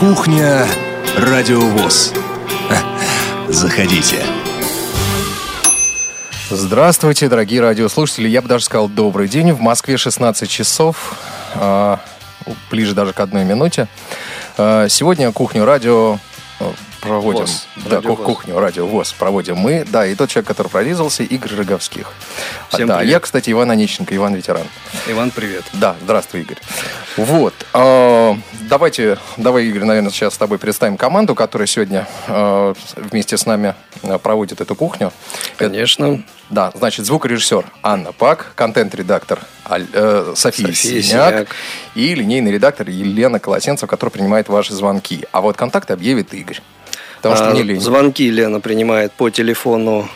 Кухня Радио ВОС. Заходите. Здравствуйте, дорогие радиослушатели. Я бы даже сказал добрый день. В Москве 16 часов, ближе даже к 1 минуте. Сегодня кухню радио проводим. ВОС. Кухню радио ВОС проводим мы. Да, и тот человек, который прорезался, Игорь Роговских. Всем да, привет. я, кстати, Иван Онищенко, Иван ветеран. Иван, привет. Да, здравствуй, Игорь. Вот. Давай, Игорь, наверное, сейчас с тобой представим команду, которая сегодня вместе с нами проводит эту кухню. Конечно. Да, значит, звукорежиссер Анна Пак, контент-редактор София Синяк Синяк и линейный редактор Елена Колосенцева, которая принимает ваши звонки. А вот контакты объявит Игорь. Потому что мне лень. Звонки Лена принимает по телефону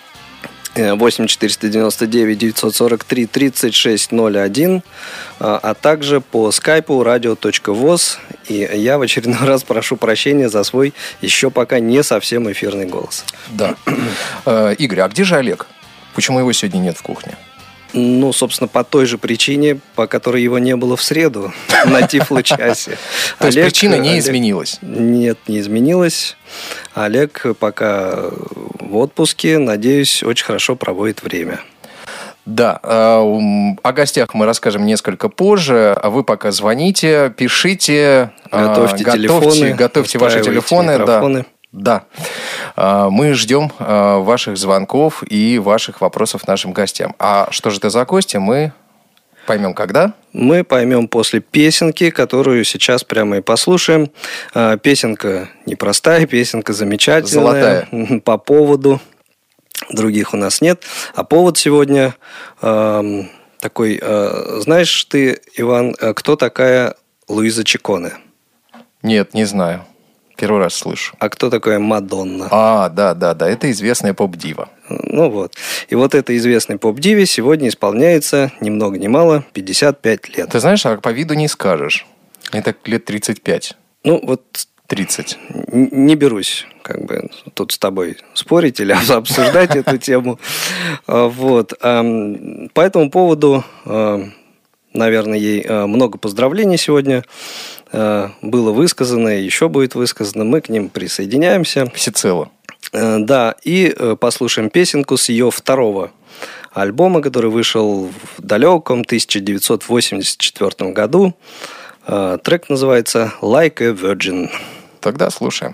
8 499 943 3601, а также по скайпу radio.voz. И я в очередной раз прошу прощения за свой еще пока не совсем эфирный голос. Да. Игорь, а где же Олег? Почему его сегодня нет в кухне? Ну, собственно, по той же причине, по которой его не было в среду на Тифло-часе. То есть причина не изменилась? Нет, не изменилась. Олег пока в отпуске, надеюсь, очень хорошо проводит время. Да, о гостях мы расскажем несколько позже, а вы пока звоните, пишите, Готовьте ваши телефоны. микрофоны. Да. Мы ждем ваших звонков и ваших вопросов нашим гостям. А что же это за гости, мы поймем когда? Мы поймем после песенки, которую сейчас прямо и послушаем. Песенка непростая, песенка замечательная. Золотая. По поводу. Других у нас нет. А повод сегодня такой. Знаешь ты, Иван, кто такая Луиза Чиконе? Нет, не знаю. Первый раз слышу. А кто такая Мадонна? Да, это известная поп-дива. Ну вот. И вот этой известной поп-диве сегодня исполняется ни много ни мало 55 лет. Ты знаешь, а по виду не скажешь. Мне так лет 35. Ну вот 30. не берусь как бы тут с тобой спорить или обсуждать эту тему. Вот. По этому поводу, наверное, ей много поздравлений сегодня было высказано и еще будет высказано. Мы к ним присоединяемся. Всецело. Да, и послушаем песенку с ее второго альбома, который вышел в далеком 1984 году. Трек называется «Like a Virgin». Тогда слушаем.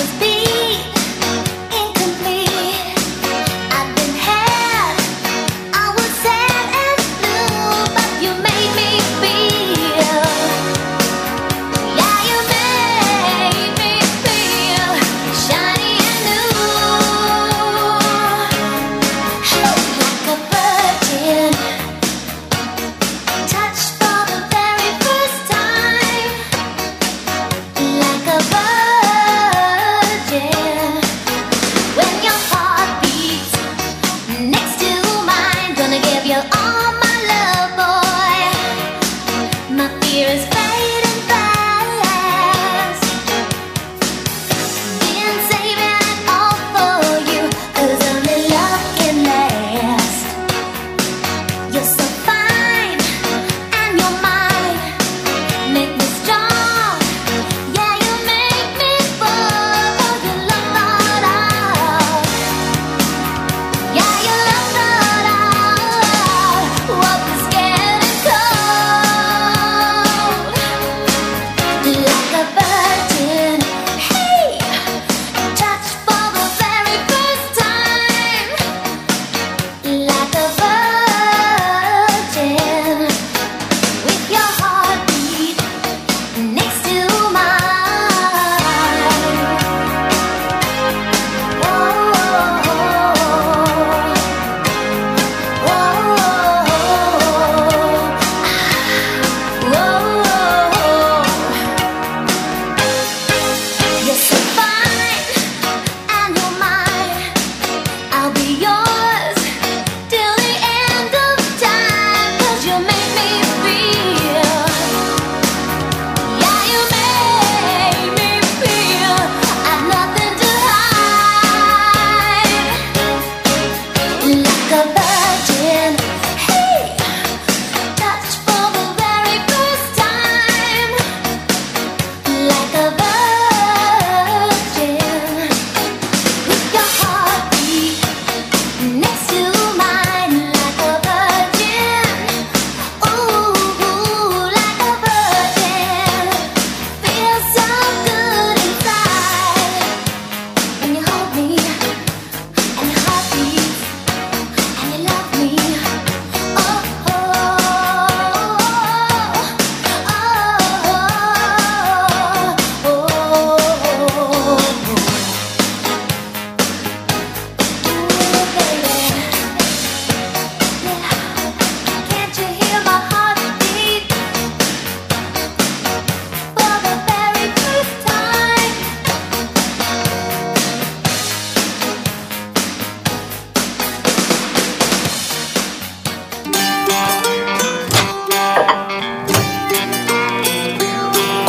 I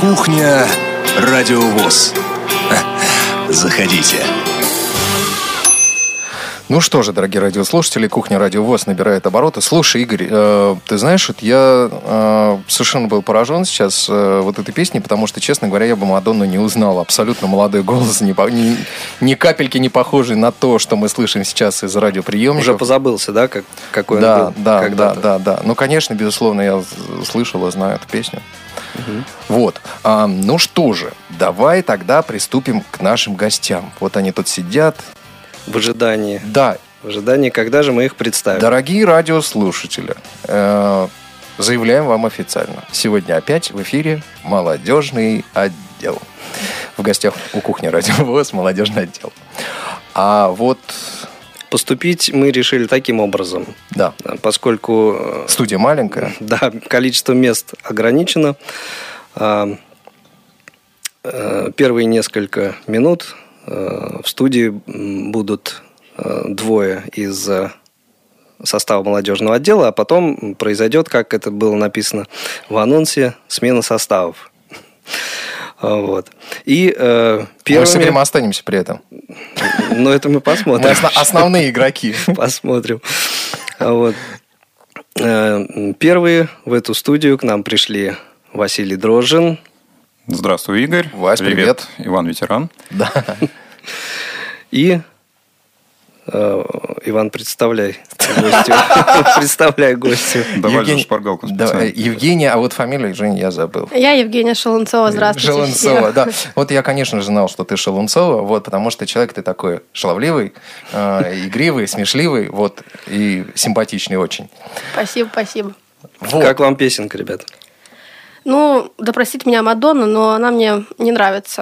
Кухня Радио ВОС. Заходите. Ну что же, дорогие радиослушатели, кухня Радио ВОС набирает обороты. Слушай, Игорь, ты знаешь, вот я совершенно был поражен сейчас вот этой песней, потому что, честно говоря, я бы Мадонну не узнал. Абсолютно молодой голос, ни капельки не похожий на то, что мы слышим сейчас из радиоприемников. Уже позабылся, да, какой он был когда-то? Да. Ну, конечно, безусловно, я слышал и знаю эту песню. Вот. Ну что же, давай тогда приступим к нашим гостям. Вот они тут сидят. В ожидании. Да. В ожидании, когда же мы их представим. Дорогие радиослушатели, заявляем вам официально. Сегодня опять в эфире молодежный отдел. В гостях у кухни Радио ВОС молодежный отдел. А вот... Поступить мы решили таким образом. Да. Поскольку... Студия маленькая. Да, количество мест ограничено. Первые несколько минут в студии будут двое из состава молодежного отдела, а потом произойдет, как это было написано в анонсе, смена составов. Вот. И первыми... Мы все время останемся при этом. Ну, это мы посмотрим. Мы основные игроки. Посмотрим. Вот. Первые в эту студию к нам пришли Василий Дрожжин. Здравствуй, Игорь. Вась, привет. Иван Ветеран. Да. И Иван, представляй гостю. Представляй гостю. Давай же шпаргалку специально. Евгения, а вот фамилию, Женя, я забыл. Я Евгения Шалунцова, здравствуйте. Шалунцова, да. Вот я, конечно же, знал, что ты Шалунцова, вот, потому что человек ты такой шаловливый, игривый, смешливый, вот, и симпатичный очень. Спасибо. Вот. Как вам песенка, ребят? Ну, да простите меня Мадонна, но она мне не нравится.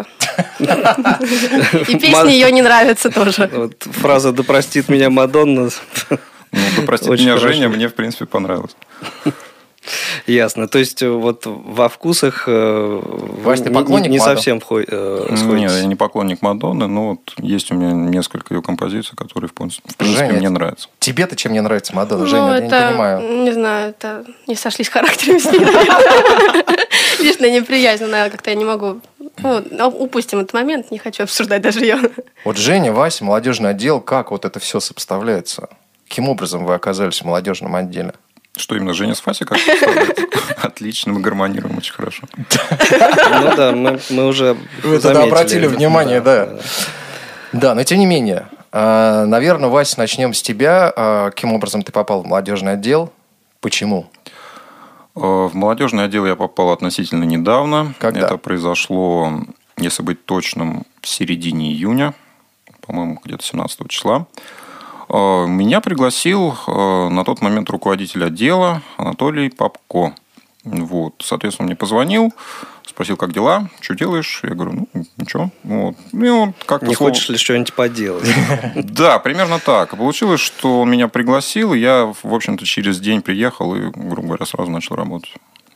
И песни ее не нравятся тоже. Вот фраза «Да простит меня Мадонна». Ну, да простит меня Женя, мне, в принципе, понравилось. Ясно. То есть, вот во вкусах Вась, ты поклонник не Мадонны? совсем сходите. Нет, я не поклонник Мадонны, но вот есть у меня несколько ее композиций, которые, в принципе, Женя, мне нравятся. Тебе-то чем не нравится Мадонна? Ну, Женя, я это, не понимаю. не знаю, это не сошлись характерами с ней, наверное. Лишняя неприязнь, наверное, как-то я не могу... Ну, упустим этот момент, не хочу обсуждать даже ее. Вот Женя, Вася, молодежный отдел, как вот это все сопоставляется? Каким образом вы оказались в молодежном отделе? Что именно, Женя с Фасей как отлично, мы гармонируем очень хорошо. Ну да, мы уже Вы тогда обратили внимание, да. Да, но тем не менее, наверное, Вася, начнем с тебя. Каким образом ты попал в молодежный отдел? Почему? В молодежный отдел я попал относительно недавно. Когда? Это произошло, если быть точным, в середине июня, по-моему, где-то 17 числа. Меня пригласил на тот момент руководитель отдела Анатолий Попко. Вот. Соответственно, мне позвонил, спросил, как дела, что делаешь? Я говорю, ну, ничего. Вот. И он как-то Не хочешь ли что-нибудь поделать? Да, примерно так. Получилось, что он меня пригласил, и я, в общем-то, через день приехал и, грубо говоря, сразу начал работать.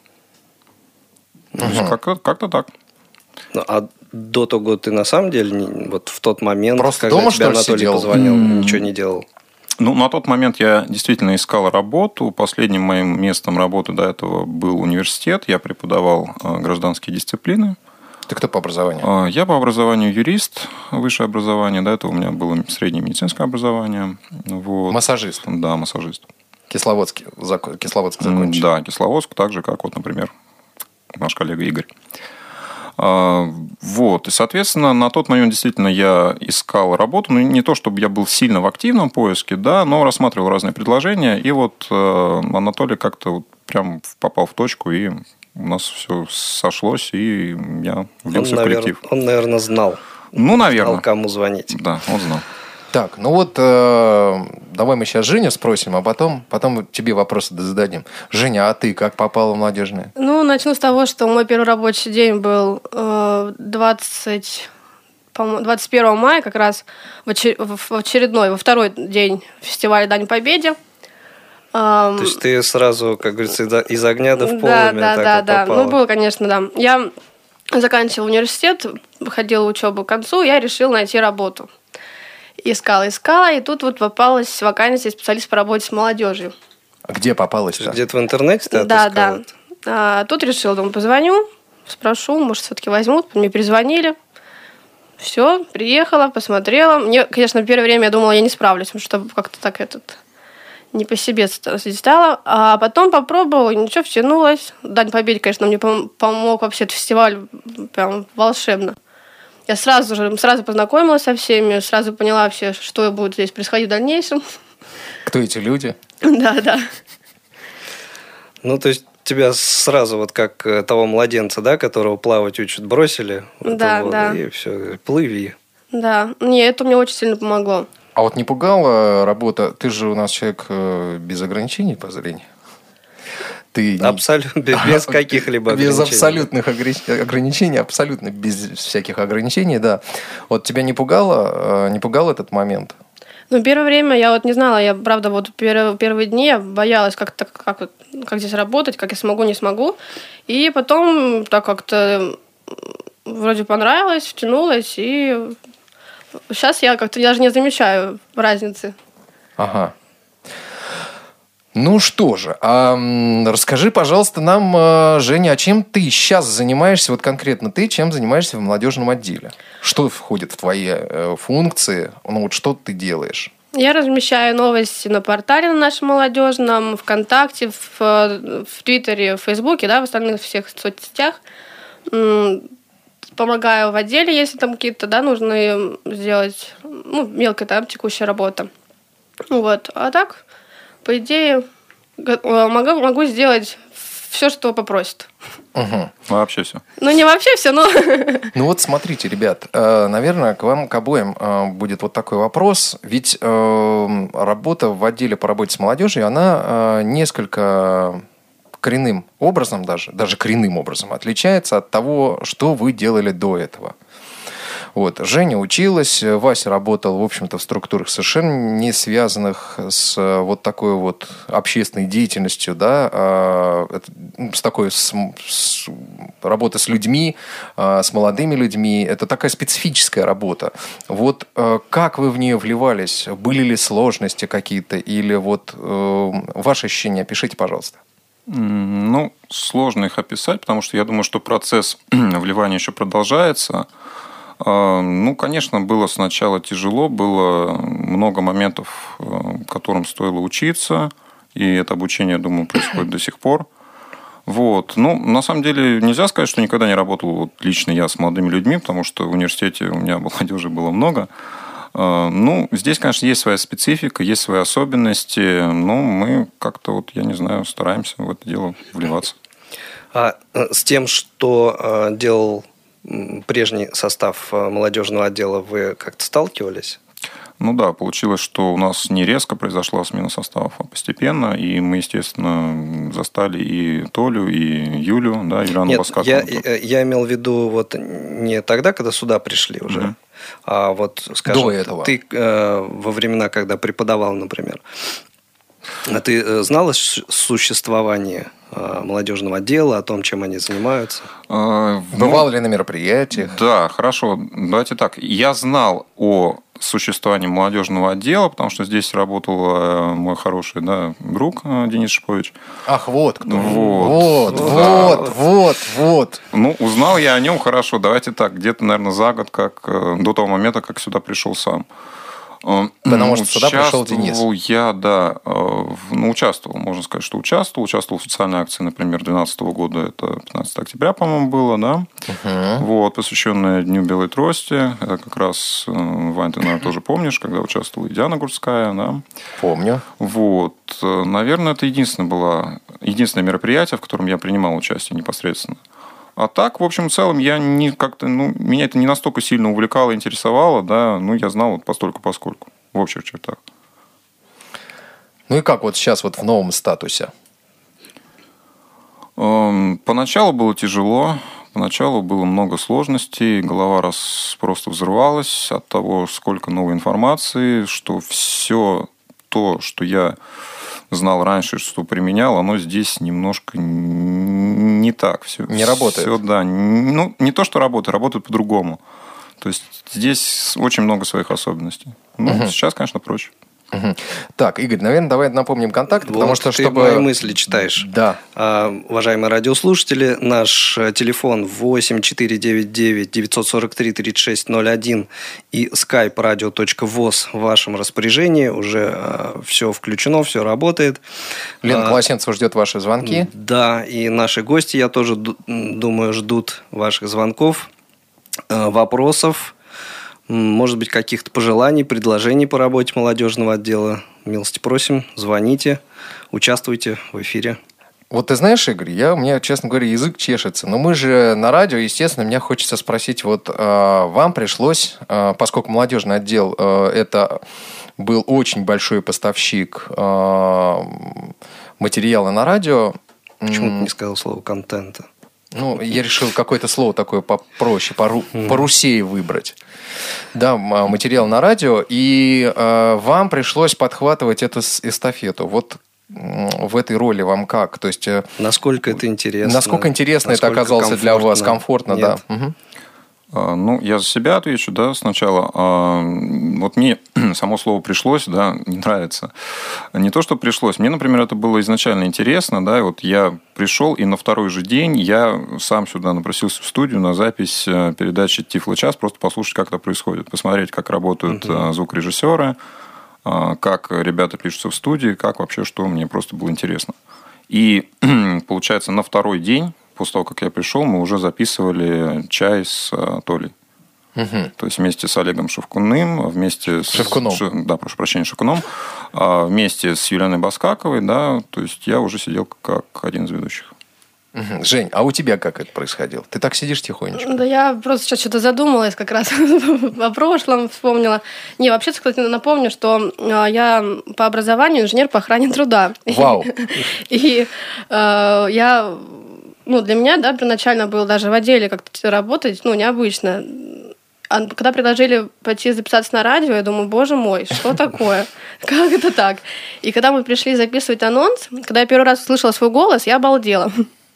Как-то так. А до того ты на самом деле, вот в тот момент, Просто когда дома, тебе что ли, Анатолий сидел? позвонил, ничего не делал? Ну, на тот момент я действительно искал работу. Последним моим местом работы до этого был университет. Я преподавал гражданские дисциплины. Ты кто по образованию? Я по образованию юрист, высшее образование. До этого у меня было среднее медицинское образование. Вот. Массажист? Да, массажист. Кисловодск закончил? Да, Кисловодск, так же, как, вот, например, наш коллега Игорь. Вот. И, соответственно, на тот момент действительно я искал работу. Ну, не то, чтобы я был сильно в активном поиске, да, но рассматривал разные предложения. И вот Анатолий как-то вот прям попал в точку, и у нас все сошлось, и я влился в коллектив. Он, наверное, знал. Ну, наверное. Знал, кому звонить. Да, он знал. Так, ну вот давай мы сейчас Женю спросим, а потом тебе вопросы зададим. Женя, а ты как попала в молодежное? Ну, начну с того, что мой первый рабочий день был 21 мая, как раз во второй день фестиваля «Дань Победе». То есть ты сразу, как говорится, из огня до в полымя Да. попала. Ну, было, конечно, да. Я заканчивала университет, выходила учеба к концу, я решила найти работу. Искала, и тут вот попалась вакансия специалист по работе с молодежью. А где попалась-то? Где-то в интернете ты отыскала? Да. Тут решила, думаю, позвоню, спрошу, может, все-таки возьмут. Мне перезвонили. Все, приехала, посмотрела. Мне, конечно, первое время я думала, я не справлюсь, потому что как-то так не по себе стало. А потом попробовала, ничего, втянулась. Дань Победы, конечно, мне помог вообще этот фестиваль прям волшебно. Я сразу познакомилась со всеми, сразу поняла вообще, что будет здесь происходить в дальнейшем. Кто эти люди? Да. Ну, то есть тебя сразу вот как того младенца, да, которого плавать учат, бросили в эту воду, Да. и все, плыви. Да, это мне очень сильно помогло. А вот не пугала работа? Ты же у нас человек без ограничений по зрению. Ты Абсолютно, без каких-либо ограничений. Без абсолютных ограничений, абсолютно без всяких ограничений, да. Вот тебя не пугал этот момент? Ну, первое время я не знала, я, правда, первые дни я боялась как здесь работать, как я смогу, не смогу. И потом так как-то вроде понравилось, втянулась, и сейчас я как-то даже не замечаю разницы. Ага. Ну что же, расскажи, пожалуйста, нам, Женя, а чем ты сейчас занимаешься, вот конкретно ты, чем занимаешься в молодежном отделе? Что входит в твои функции? Вот что ты делаешь? Я размещаю новости на портале на нашем молодежном, ВКонтакте, в Твиттере, в Фейсбуке, да, в остальных всех соцсетях. Помогаю в отделе, если там какие-то, да, нужно сделать, мелкая там текущая работа. Вот. А так, по идее, могу сделать все, что попросят. Угу. Вообще все. Ну, не вообще все, но... Ну вот смотрите, ребят, наверное, к вам, к обоим будет вот такой вопрос. Ведь работа в отделе по работе с молодежью, она несколько коренным образом, даже коренным образом отличается от того, что вы делали до этого. Вот. Женя училась, Вася работал, в общем-то, в структурах совершенно не связанных с вот такой вот общественной деятельностью, да, с работа с людьми, с молодыми людьми. Это такая специфическая работа. Вот как вы в нее вливались? Были ли сложности какие-то? Или вот ваши ощущения? Пишите, пожалуйста. Ну, сложно их описать, потому что я думаю, что процесс вливания еще продолжается. Ну, конечно, было сначала тяжело, было много моментов, которым стоило учиться, и это обучение, я думаю, происходит до сих пор. Вот. Ну, на самом деле, нельзя сказать, что никогда не работал вот лично я с молодыми людьми, потому что в университете у меня молодежи было много. Ну, здесь, конечно, есть своя специфика, есть свои особенности, но мы как-то, я не знаю, стараемся в это дело вливаться. А с тем, что делал прежний состав молодежного отдела, вы как-то сталкивались? Ну да, получилось, что у нас не резко произошла смена составов, а постепенно, и мы, естественно, застали и Толю, и Юлю, да, Юлиану Баскакову. Я имел в виду не тогда, когда сюда пришли уже, а вот, скажем, до этого. Ты во времена, когда преподавал, например, ты знал о существовании молодежного отдела, о том, чем они занимаются? Бывал ли на мероприятиях? Да, хорошо. Давайте так. Я знал о существовании молодежного отдела, потому что здесь работал мой хороший друг Денис Шипович. Ах, вот кто. Вот. Ну, узнал я о нем хорошо. Давайте так, где-то, наверное, за год, до того момента, как сюда пришел сам. Потому что сюда пришел Денис. Я, участвовал, можно сказать, что участвовал. Участвовал в социальной акции, например, 2012 года, это 15 октября, по-моему, было, да? Вот, посвященная Дню Белой Трости. Это как раз, Вань, ты, наверное, тоже помнишь, когда участвовала и Диана Гурская, да? Помню. Вот, наверное, это единственное мероприятие, в котором я принимал участие непосредственно. А так, в общем, в целом, меня это не настолько сильно увлекало, интересовало, да, я знал постольку-поскольку, в общих чертах. Ну и как вот сейчас в новом статусе? Поначалу было тяжело, поначалу было много сложностей, голова просто взрывалась от того, сколько новой информации, что все то, что я знал раньше, что применял, оно здесь немножко не так. Все, не работает? Все, да. Не то, что работает по-другому. То есть здесь очень много своих особенностей. Сейчас, конечно, проще. Мгм. Так, Игорь, наверное, давай напомним контакты, потому Вот что, ты чтобы... мои мысли читаешь. Да. Уважаемые радиослушатели, наш телефон 8499-943-3601 и skype radio.voz в вашем распоряжении. Уже все включено, все работает. Лена Колосенцева ждет ваши звонки. Да, и наши гости, я тоже думаю, ждут ваших звонков, вопросов, может быть, каких-то пожеланий, предложений по работе молодежного отдела. Милости просим, звоните, участвуйте в эфире. Вот ты знаешь, Игорь, у меня, честно говоря, язык чешется. Но мы же на радио, естественно, мне хочется спросить, вот вам пришлось, поскольку молодежный отдел это был очень большой поставщик материала на радио. Почему ты не сказал слово «контента»? Ну, я решил какое-то слово такое попроще, порусее выбрать. Да, материал на радио, и вам пришлось подхватывать эту эстафету. Вот в этой роли вам как? То есть, насколько это интересно? Насколько интересно это оказалось для вас? Комфортно, Нет. да. Угу. Ну, я за себя отвечу, да, сначала. Вот мне само слово «пришлось», да, не нравится. Не то, что пришлось. Мне, например, это было изначально интересно, да, и вот я пришел, и на второй же день я сам сюда напросился в студию на запись передачи «Тифло-час», просто послушать, как это происходит, посмотреть, как работают звукорежиссеры, как ребята пишутся в студии, как вообще, что мне просто было интересно. И, получается, на второй день после того, как я пришел, мы уже записывали «Чай» с Толей. Угу. То есть вместе с Олегом Шевкуным, вместе с... Шевкуном. Да, прошу прощения, Шевкуном. Вместе с Юлианой Баскаковой, да, то есть я уже сидел как один из ведущих. Угу. Жень, а у тебя как это происходило? Ты так сидишь тихонечко? Да я просто сейчас что-то задумалась как раз о прошлом, вспомнила. Не, вообще, кстати, напомню, что я по образованию инженер по охране труда. Вау! И я... Ну, для меня, да, первоначально было даже в отделе как-то работать, ну, необычно. А когда предложили пойти записаться на радио, я думаю, боже мой, что такое? Как это так? И когда мы пришли записывать анонс, когда я первый раз услышала свой голос, я обалдела.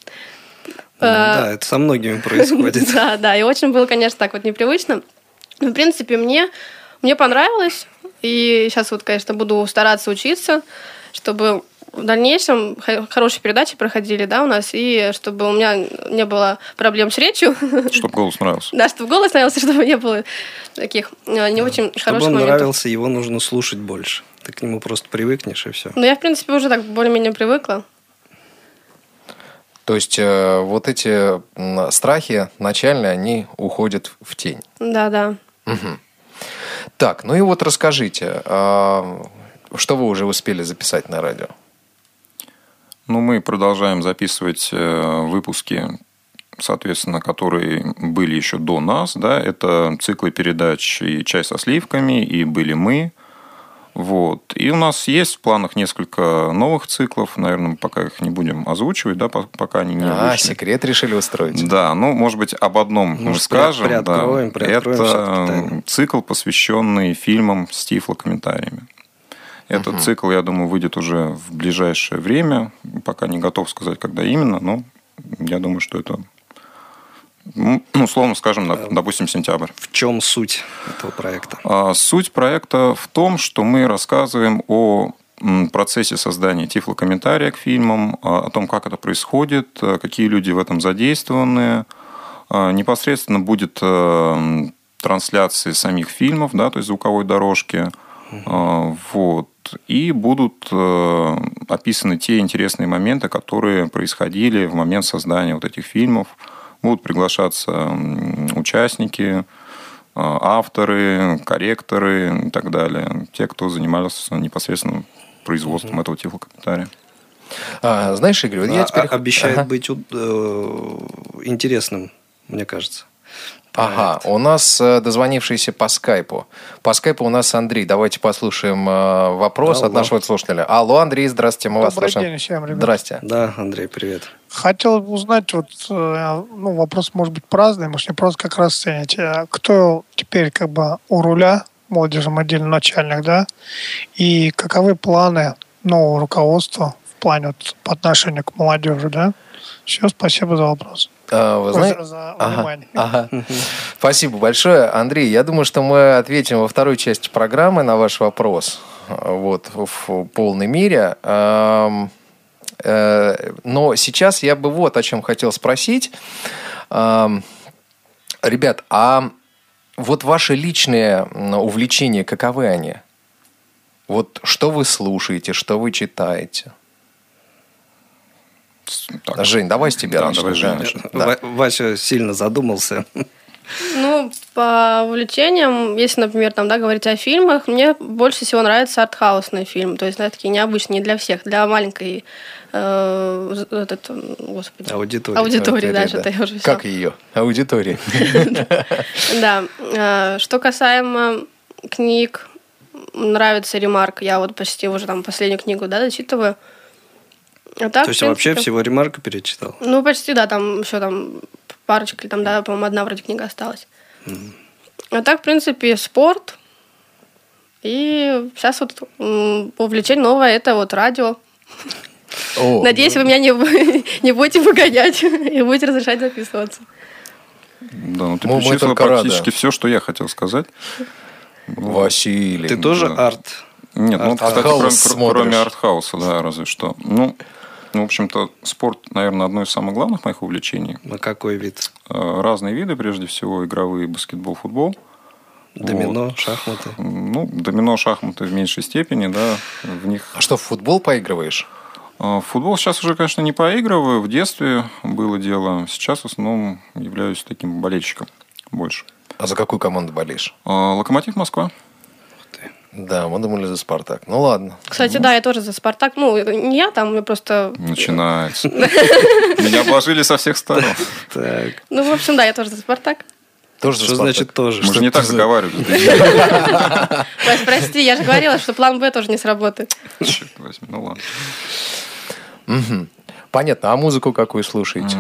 Да, это со многими происходит. Да, и очень было, конечно, так вот непривычно. Но, в принципе, мне понравилось. И сейчас вот, конечно, буду стараться учиться, чтобы в дальнейшем хорошие передачи проходили, да, у нас, и чтобы у меня не было проблем с речью. Чтобы голос нравился. Да, чтобы голос нравился, чтобы не было таких не очень хороших моментов. Чтобы он нравился, его нужно слушать больше. Ты к нему просто привыкнешь, и все. Ну, я, в принципе, уже так более-менее привыкла. То есть вот эти страхи начальные, они уходят в тень. Да. Угу. Так, ну и вот расскажите, что вы уже успели записать на радио? Ну, мы продолжаем записывать выпуски, соответственно, которые были еще до нас. Да? Это циклы передач и «Чай со сливками», и «Были мы». Вот. И у нас есть в планах несколько новых циклов. Наверное, мы пока их не будем озвучивать, да, пока они не вышли. Секрет решили устроить. Да, ну, может быть, об одном мы скажем. Приоткроем это цикл, посвященный фильмам с тифлокомментариями. Этот цикл, я думаю, выйдет уже в ближайшее время. Пока не готов сказать, когда именно, но я думаю, что это, ну, условно скажем, допустим, сентябрь. В чем суть этого проекта? Суть проекта в том, что мы рассказываем о процессе создания тифлокомментария к фильмам, о том, как это происходит, какие люди в этом задействованы. Непосредственно будет трансляции самих фильмов, да, то есть звуковой дорожки. Вот. И будут описаны те интересные моменты, которые происходили в момент создания вот этих фильмов. Будут приглашаться участники, авторы, корректоры и так далее. Те, кто занимался непосредственно производством этого тифлокомментария. Знаешь, Игорь, вот я теперь... Обещает быть интересным, мне кажется. Ага, у нас дозвонившийся по скайпу. По скайпу у нас Андрей. Давайте послушаем вопрос от нашего слушателя. Алло, Андрей, здравствуйте, мы вас слушаем. Добрый день всем, ребят. Здрасте. Да, Андрей, привет. Хотел узнать, вот, ну, вопрос может быть праздный, может не просто как раз оценить. Кто теперь как бы у руля в молодежном отделе начальник, да? И каковы планы нового руководства в плане вот, по отношению к молодежи, да? Все, спасибо за вопрос. Вы знаете... За внимание. Ага. Спасибо большое. Андрей, я думаю, что мы ответим во второй части программы на ваш вопрос. вот, в полной мере. Но сейчас я бы вот о чем хотел спросить. Ребят, а вот ваши личные увлечения, каковы они? Вот что вы слушаете, что вы читаете? Так. Жень, давай с тебя начнем. Давай, Женя, начнем. Да. Вася сильно задумался. Ну, по увлечениям, если, например, там, да, говорить о фильмах, мне больше всего нравятся артхаусные фильмы. То есть, да, такие необычные, не для всех, для маленькой господи, аудитории, да, что-то я уже все. Как ее? Аудитории. Да. Что касаемо книг, нравится Ремарк. Я вот почти уже там последнюю книгу, да, дочитываю. А так, То есть в принципе, вообще всего Ремарка перечитал? Ну, почти, да, там еще там парочка, там, да, по-моему, одна вроде книга осталась. А так, в принципе, спорт. И сейчас вот увлечение новое, это вот радио. О, Надеюсь, вы меня не будете выгонять и будете разрешать записываться. Да, ну ты Мы перечислила только практически рады. все, что я хотел сказать. Василий. Ты тоже да. арт? Нет, ну, кстати, Артхаус смотришь. кроме артхауса, да, разве что. Ну, в общем-то, спорт, наверное, одно из самых главных моих увлечений. На какой вид? Разные виды, прежде всего, игровые, баскетбол, футбол. Домино, Вот. шахматы? Ну, домино, шахматы в меньшей степени, да, в них... А что, в футбол поигрываешь? В футбол сейчас уже, конечно, не поигрываю. В детстве было дело. Сейчас в основном являюсь таким болельщиком больше. А за какую команду болеешь? Локомотив Москва. Да, мы думали за «Спартак». Ну ладно. Кстати, да, я тоже за «Спартак». Ну, не я там, я просто... Начинается. Меня обложили со всех сторон. Так, Ну, в общем, да, я тоже за «Спартак». Тоже за что «Спартак». значит тоже? Мы же не так договаривались. Вась, прости, я же говорила, что план «Б» тоже не сработает. Черт возьми, ну ладно. Мгм. Понятно. А музыку какую слушаете?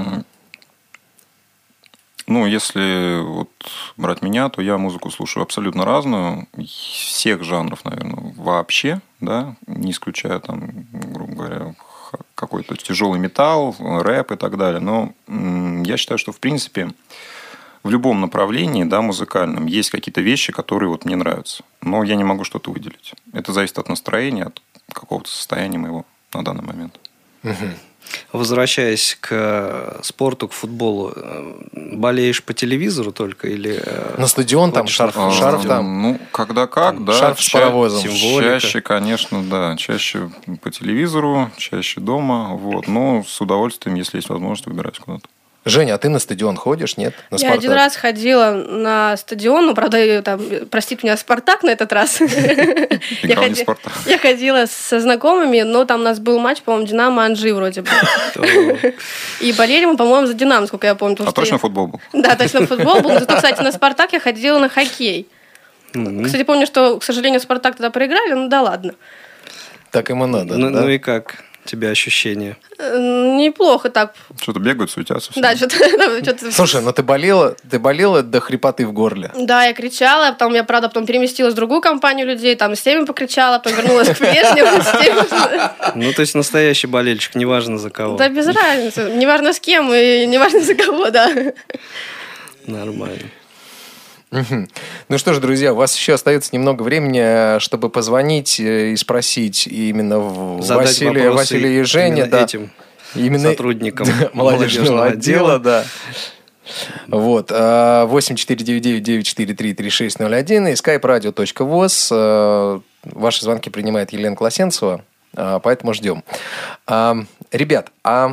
Ну, если вот брать меня, то я музыку слушаю абсолютно разную, всех жанров, наверное, вообще, да, не исключая там, грубо говоря, какой-то тяжелый металл, рэп и так далее. Но я считаю, что в принципе в любом направлении, да, музыкальном, есть какие-то вещи, которые вот мне нравятся. Но я не могу что-то выделить. Это зависит от настроения, от какого-то состояния моего на данный момент. Возвращаясь к спорту, к футболу, болеешь по телевизору только или... На стадион там, ходишь шарф на стадион? там. Ну, когда как, да. Шарф с паровозом. Символика. Чаще, конечно, да. Чаще по телевизору, чаще дома. Вот. Но с удовольствием, если есть возможность, выбираюсь куда-то. Женя, а ты на стадион ходишь, нет? На Я «Спартак»? один раз ходила на стадион, ну, правда, и там, простит меня, «Спартак» на этот раз. Играл не «Спартак». Я ходила со знакомыми, но там у нас был матч, по-моему, «Динамо» Анжи вроде бы. И болели мы, по-моему, за «Динамо», сколько я помню. А точно футбол был? Да, точно футбол был. Зато, кстати, на «Спартак» я ходила на хоккей. Кстати, помню, что, к сожалению, «Спартак» тогда проиграли, ну да ладно. Так ему надо, да? Ну и как тебе ощущения? Неплохо так. Что-то бегают, суетятся. все. Да, что-то... Слушай, ну ты болела до хрипоты в горле. Да, я кричала, потом я, правда, потом переместилась в другую компанию людей, там с теми покричала, потом вернулась к прежнему. с теми. Ну, то есть настоящий болельщик, неважно за кого. Да без разницы, неважно с кем и неважно за кого, да. Нормально. Мгм. Ну что ж, друзья, у вас еще остается немного времени, чтобы позвонить и спросить именно Задать вопросы Василия и Жени, именно да, этим именно сотрудникам молодежного отдела, да. Вот, 8499-943-3601 и skype-radio.voz. Ваши звонки принимает Елена Колосенцева, поэтому ждем. Ребят,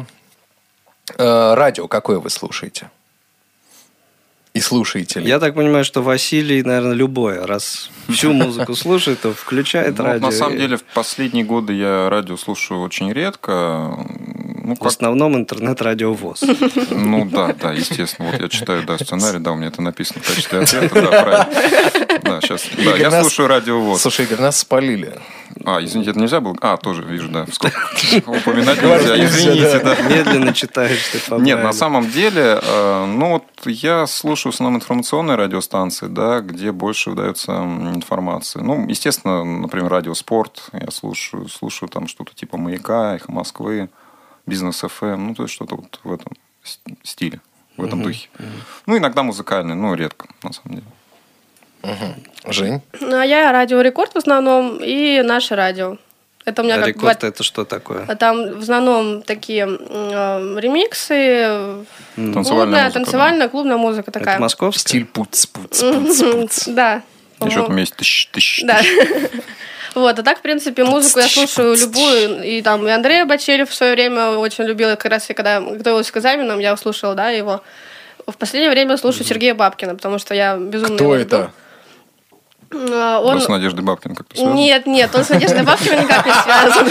радио какое вы слушаете? И слушаете ли? Я так понимаю, что Василий, наверное, любое. Раз всю музыку слушает, то включает Ну, радио. на самом деле, в последние годы я радио слушаю очень редко. Ну, В основном интернет-радио ВОЗ. Ну да, естественно. Вот я читаю, да, сценарий, да, у меня это написано в качестве ответа, да, правильно. Да, сейчас. Да, я слушаю радио ВОЗ. Слушай, Игорь, нас спалили. Извините, это нельзя было? Тоже вижу, да. Упоминать нельзя, извините, да. Медленно читаешь ты по Нет, на Брайлю. самом деле, ну вот я слушаю в основном информационные радиостанции, да, где больше выдается информации. Ну, естественно, например, радио «Спорт» я слушаю там что-то типа «Маяка», «Эхо Москвы», «Бизнес ФМ», ну, то есть что-то вот в этом стиле, в этом духе. Ну, иногда музыкальный, но редко, на самом деле. Жень? А я Радио Рекорд в основном и наше радио. Это у меня Рекорд это что такое? Там в основном такие ремиксы, танцевальная клубная музыка такая. Это московская? Стиль пуц. Да. Еще там есть тыщ. Да. Вот, а так, в принципе, музыку я слушаю любую. И там и Андрея Бочелев в свое время очень любила, как раз и когда готовилась к экзаменам, я услышала, да, его. В последнее время слушаю Сергея Бабкина, потому что я безумно... Кто это? Он с Надеждой Бабкиной как-то связан? Нет, он с Надеждой Бабкиной никак не связан.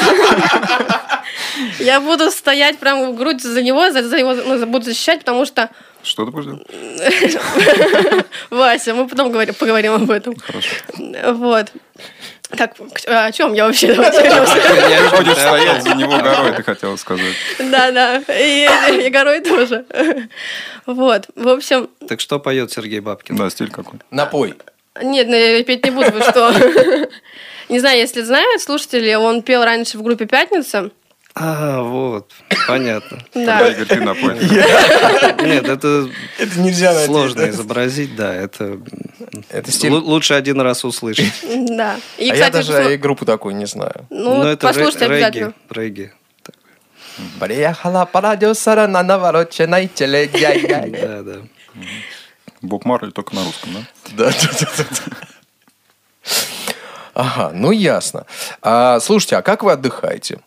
Я буду стоять прямо в грудь за него буду защищать, потому что... Что ты будешь делать? Вася, мы потом поговорим об этом. Хорошо. Вот. Так, о чем я вообще? Ты будешь стоять за него горой, ты хотела сказать. Да, и горой тоже. Вот, в общем... Так что поет Сергей Бабкин? Да, стиль какой. Напой. Нет, я петь не буду, вы что? Не знаю, если знают слушатели, он пел раньше в группе «Пятница». Вот, понятно. Да. Игорь, ты напой. Нет, это нельзя найти. сложно изобразить, да, это стиль. Лучше один раз услышать. Да. И, А я даже и группу такую не знаю. Ну, это послушайте обязательно. регги. Приехала по радио на навороченной телеге. Да. Боб Марли только на русском, да? Да. Ага, ну ясно. Слушайте, а как вы отдыхаете?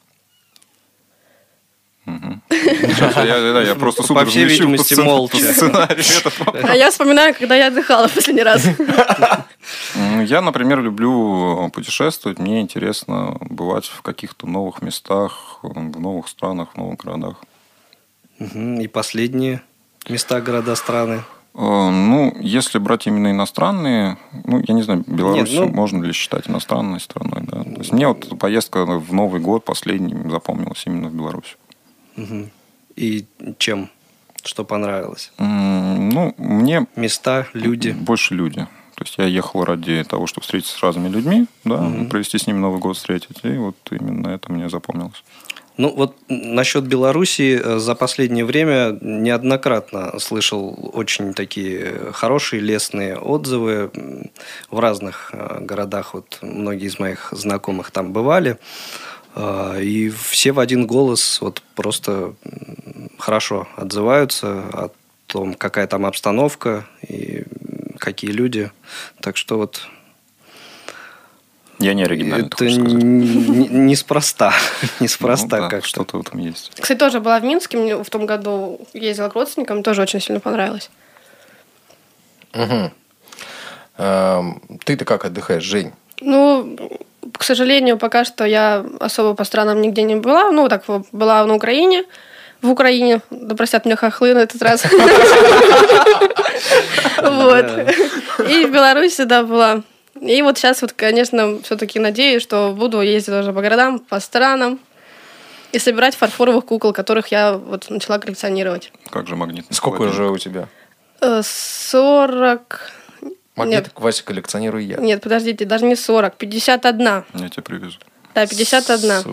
Я просто супер По всей видимости, молча. А я вспоминаю, когда я отдыхала в последний раз. Я, например, люблю путешествовать. Мне интересно бывать в каких-то новых местах, в новых странах, в новых городах. И последние места, города, страны? Ну, если брать именно иностранные, я не знаю, Беларусь можно ли считать иностранной страной, да. То есть мне вот поездка в Новый год последний запомнилась именно в Беларусь. И чем? Что понравилось? Мне... Места, люди? Больше люди. То есть я ехал ради того, чтобы встретиться с разными людьми, да, провести с ними Новый год, встретить. И вот именно это мне запомнилось. Ну, вот насчет Белоруссии за последнее время неоднократно слышал очень такие хорошие, лестные отзывы в разных городах. Вот многие из моих знакомых там бывали. И все в один голос вот просто хорошо отзываются о том, какая там обстановка и какие люди. Так что вот... Я не оригинальный, это неспроста. Неспроста да, как-то. Что-то в этом есть. Кстати, тоже была в Минске, мне в том году ездила к родственникам, тоже очень сильно понравилось. Угу. Ты-то как отдыхаешь, Жень? Ну, к сожалению, пока что я особо по странам нигде не была. Ну, так, была на Украине. В Украине, да простят меня хохлы на этот раз. Вот. И в Беларуси, да, была. И вот сейчас вот, конечно, все-таки надеюсь, что буду ездить уже по городам, по странам и собирать фарфоровых кукол, которых я вот начала коллекционировать. Как же магнитный Сколько холодильник? же у тебя? 40... Магнит Вася коллекционирую я. Нет, подождите, даже не 40, 51. Я тебе привезу. Да, 51.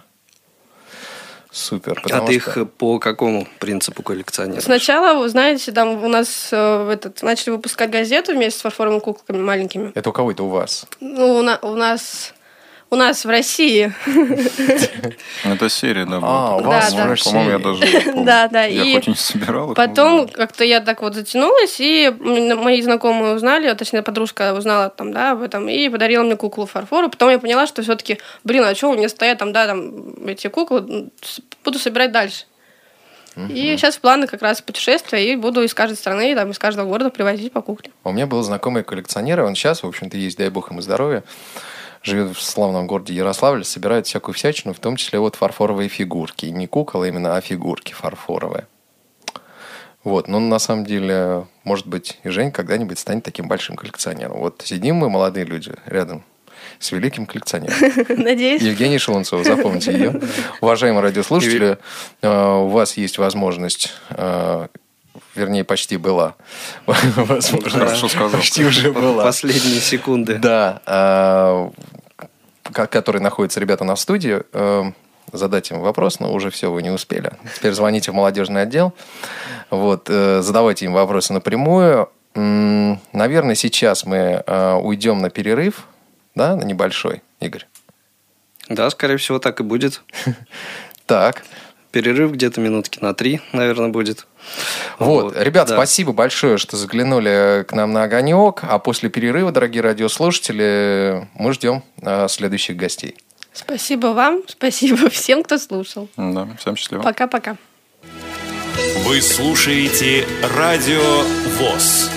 Супер. А ты их по какому принципу коллекционируешь? Сначала, вы знаете, там у нас начали выпускать газету вместе с фарфоровыми куклами маленькими. Это у кого это у вас? Ну, у нас в России. Это серия, да, была. У вас в России. По-моему, я даже не помню. Да. Я И хоть и не собирал их. потом как-то я так вот затянулась, и мои знакомые узнали, точнее, подружка узнала там, да, об этом, и подарила мне куклу фарфору. Потом я поняла, что все-таки, а что у меня стоят там, да, там эти куклы, буду собирать дальше. И сейчас в планы как раз путешествия, и буду из каждой страны, там, из каждого города привозить по кукле. У меня был знакомый коллекционер, он сейчас, в общем-то, есть, дай бог ему здоровья, живет в славном городе Ярославле, собирает всякую всячину, в том числе вот фарфоровые фигурки. Не куклы именно, а фигурки фарфоровые. Вот, но на самом деле, может быть, и Жень когда-нибудь станет таким большим коллекционером. Вот сидим мы, молодые люди, рядом с великим коллекционером. Надеюсь. Евгения Шелунцова, запомните ее. Уважаемые радиослушатели, у вас есть возможность... Вернее, почти была. Хорошо сказал. Почти уже была. Последние секунды. Да. Которые находятся ребята на студии. Задать им вопрос, но уже все, вы не успели. Теперь звоните в молодежный отдел. Вот, задавайте им вопросы напрямую. наверное, сейчас мы уйдем на перерыв, да, на небольшой, Игорь? Да, скорее всего, так и будет. Так. Перерыв где-то минутки на 3, наверное, будет. Вот. Ребят, да. Спасибо большое, что заглянули к нам на огонек. А после перерыва, дорогие радиослушатели, мы ждем следующих гостей. Спасибо вам, спасибо всем, кто слушал. Да, всем счастливо. Пока-пока. Вы слушаете Радио ВОС.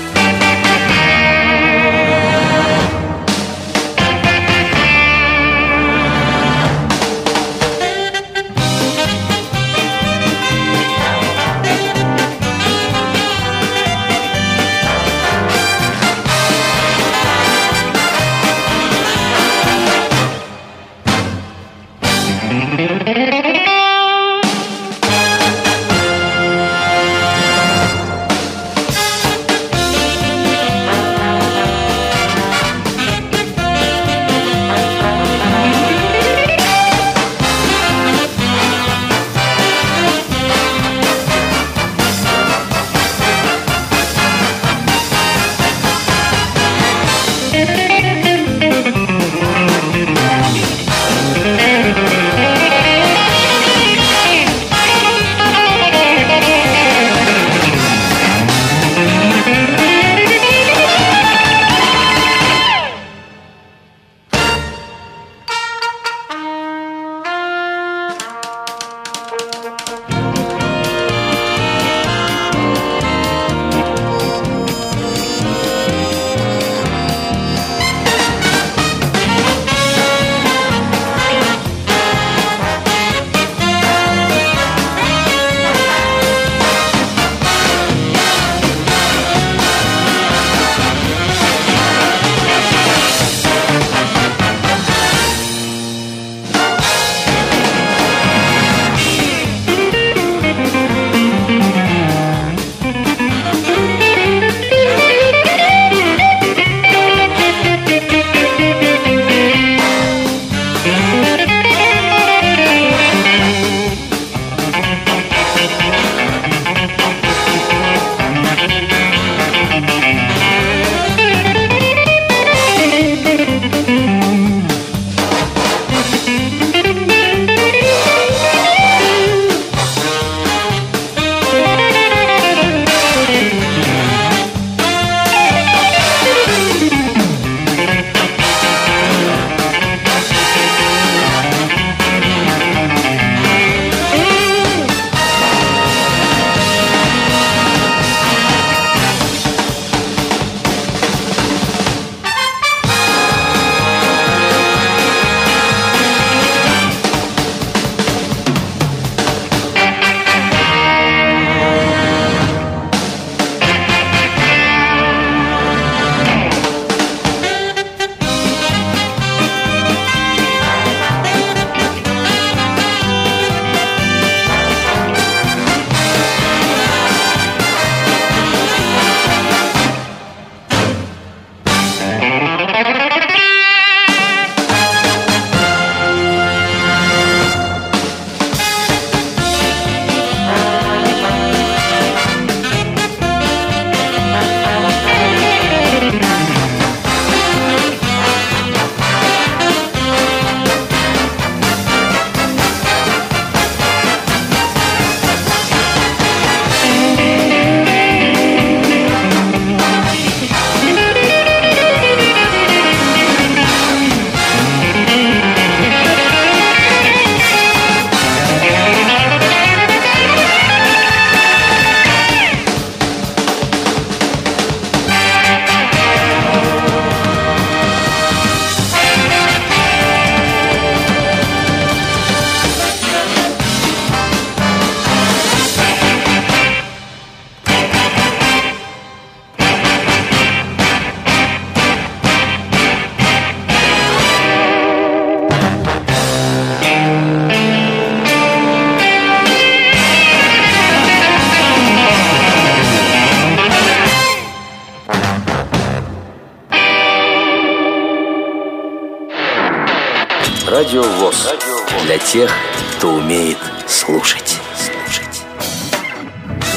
Радио ВОС. Для тех, кто умеет слушать.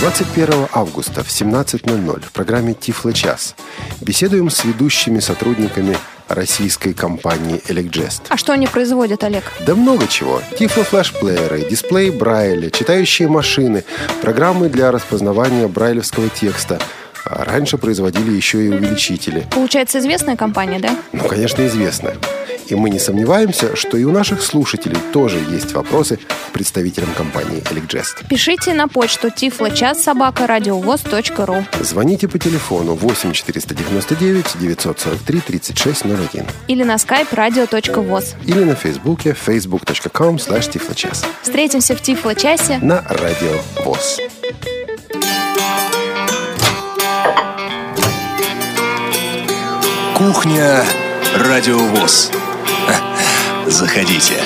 21 августа в 17:00 в программе «Тифло-час» беседуем с ведущими сотрудниками российской компании «Элекджест». А что они производят, Олег? Да много чего. Тифло-флешплееры, дисплей Брайля, читающие машины, программы для распознавания брайлевского текста. А раньше производили еще и увеличители. Получается, известная компания, да? Ну, конечно, известная. И мы не сомневаемся, что и у наших слушателей тоже есть вопросы к представителям компании «Элекджест». Пишите на почту tifloчас@radiovoz.ru. Звоните по телефону 8 499 943 3601. Или на skype radio.voz. Или на фейсбуке facebook.com/tifloчас. Встретимся в Тифло-часе на Радио ВОС. Кухня Радио ВОС. Заходите.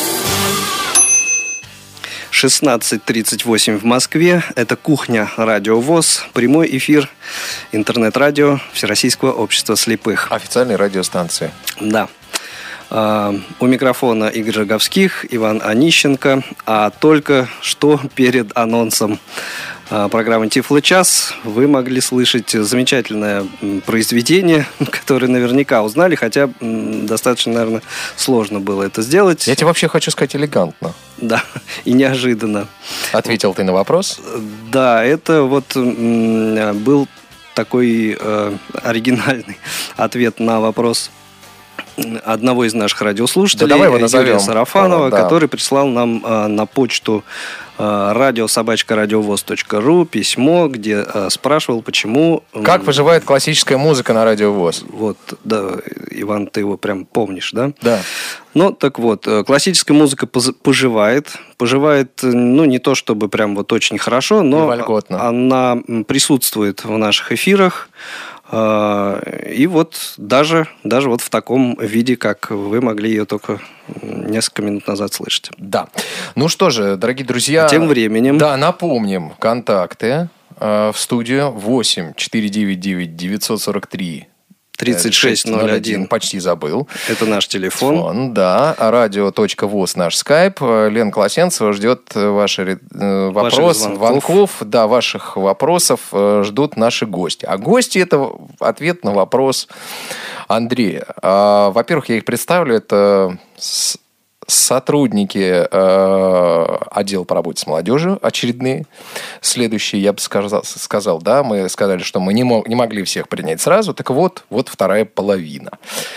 16:38 в Москве. Это «Кухня Радио ВОС». Прямой эфир интернет-радио Всероссийского общества слепых. Официальной радиостанции. Да. У микрофона Игорь Роговских, Иван Онищенко. А только что перед анонсом программы «Тифло-час» вы могли слышать замечательное произведение, которое наверняка узнали, хотя достаточно, наверное, сложно было это сделать. Я тебе вообще хочу сказать элегантно. Да, и неожиданно. Ответил ты на вопрос? Да, это вот был такой оригинальный ответ на вопрос одного из наших радиослушателей, да, давай его назовем. Юрия Сарафанова, да. который прислал нам на почту radio@radiovoz.ru письмо, где спрашивал, почему... Как поживает классическая музыка на Радио ВОС? Вот, да, Иван, ты его прям помнишь, да? Да. Ну, так вот, классическая музыка поживает, ну, не то чтобы прям вот очень хорошо, но она присутствует в наших эфирах. И вот даже вот в таком виде, как вы могли ее только несколько минут назад слышать. Да. Ну что же, дорогие друзья... Тем временем... Да, напомним контакты в студию 8 499 943 3601. Почти забыл. Это наш телефон. Да. Радио.воз наш скайп. Лена Колосенцева ждет ваши вопросы, звонков. Да, ваших вопросов ждут наши гости. А гости – это ответ на вопрос Андрея. Во-первых, я их представлю. Это сотрудники отдела по работе с молодежью очередные. Следующие, я бы сказал, да, мы сказали, что мы не могли всех принять сразу. Так вот вторая половина.